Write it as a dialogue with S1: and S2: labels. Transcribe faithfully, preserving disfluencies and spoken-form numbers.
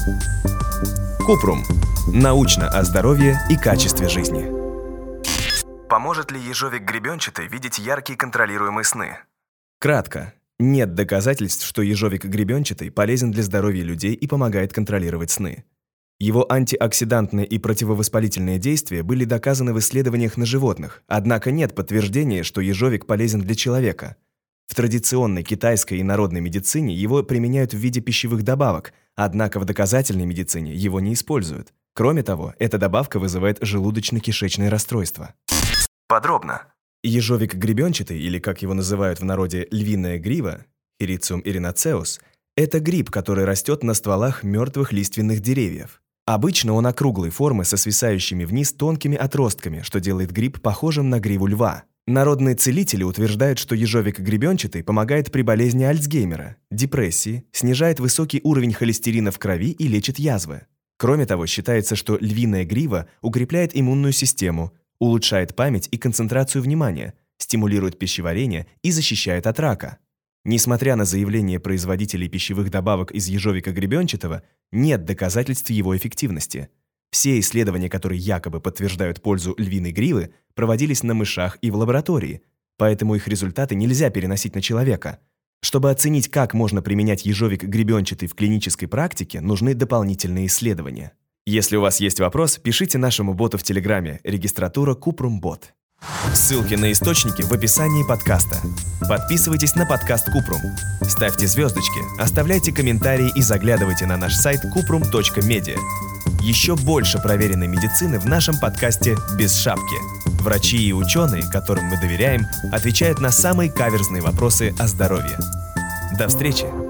S1: Купрум. Научно о здоровье и качестве жизни.
S2: Поможет ли ежовик гребенчатый видеть яркие контролируемые сны?
S1: Кратко. Нет доказательств, что ежовик гребенчатый полезен для здоровья людей и помогает контролировать сны. Его антиоксидантные и противовоспалительные действия были доказаны в исследованиях на животных, однако нет подтверждения, что ежовик полезен для человека. В традиционной китайской и народной медицине его применяют в виде пищевых добавок, однако в доказательной медицине его не используют. Кроме того, эта добавка вызывает желудочно-кишечные расстройства.
S2: Подробно.
S1: Ежовик гребенчатый, или как его называют в народе львиная грива, Hericium erinaceus, это гриб, который растет на стволах мертвых лиственных деревьев. Обычно он округлой формы со свисающими вниз тонкими отростками, что делает гриб похожим на гриву льва. Народные целители утверждают, что ежовик гребенчатый помогает при болезни Альцгеймера, депрессии, снижает высокий уровень холестерина в крови и лечит язвы. Кроме того, считается, что львиная грива укрепляет иммунную систему, улучшает память и концентрацию внимания, стимулирует пищеварение и защищает от рака. Несмотря на заявления производителей пищевых добавок из ежовика гребенчатого, нет доказательств его эффективности. Все исследования, которые якобы подтверждают пользу львиной гривы, проводились на мышах и в лаборатории, поэтому их результаты нельзя переносить на человека. Чтобы оценить, как можно применять ежовик гребенчатый в клинической практике, нужны дополнительные исследования. Если у вас есть вопрос, пишите нашему боту в Телеграме, регистратура Купрум-бот. Ссылки на источники в описании подкаста. Подписывайтесь на подкаст Купрум. Ставьте звездочки, оставляйте комментарии и заглядывайте на наш сайт купрум точка медиа. Еще больше проверенной медицины в нашем подкасте «Без шапки». Врачи и ученые, которым мы доверяем, отвечают на самые каверзные вопросы о здоровье. До встречи!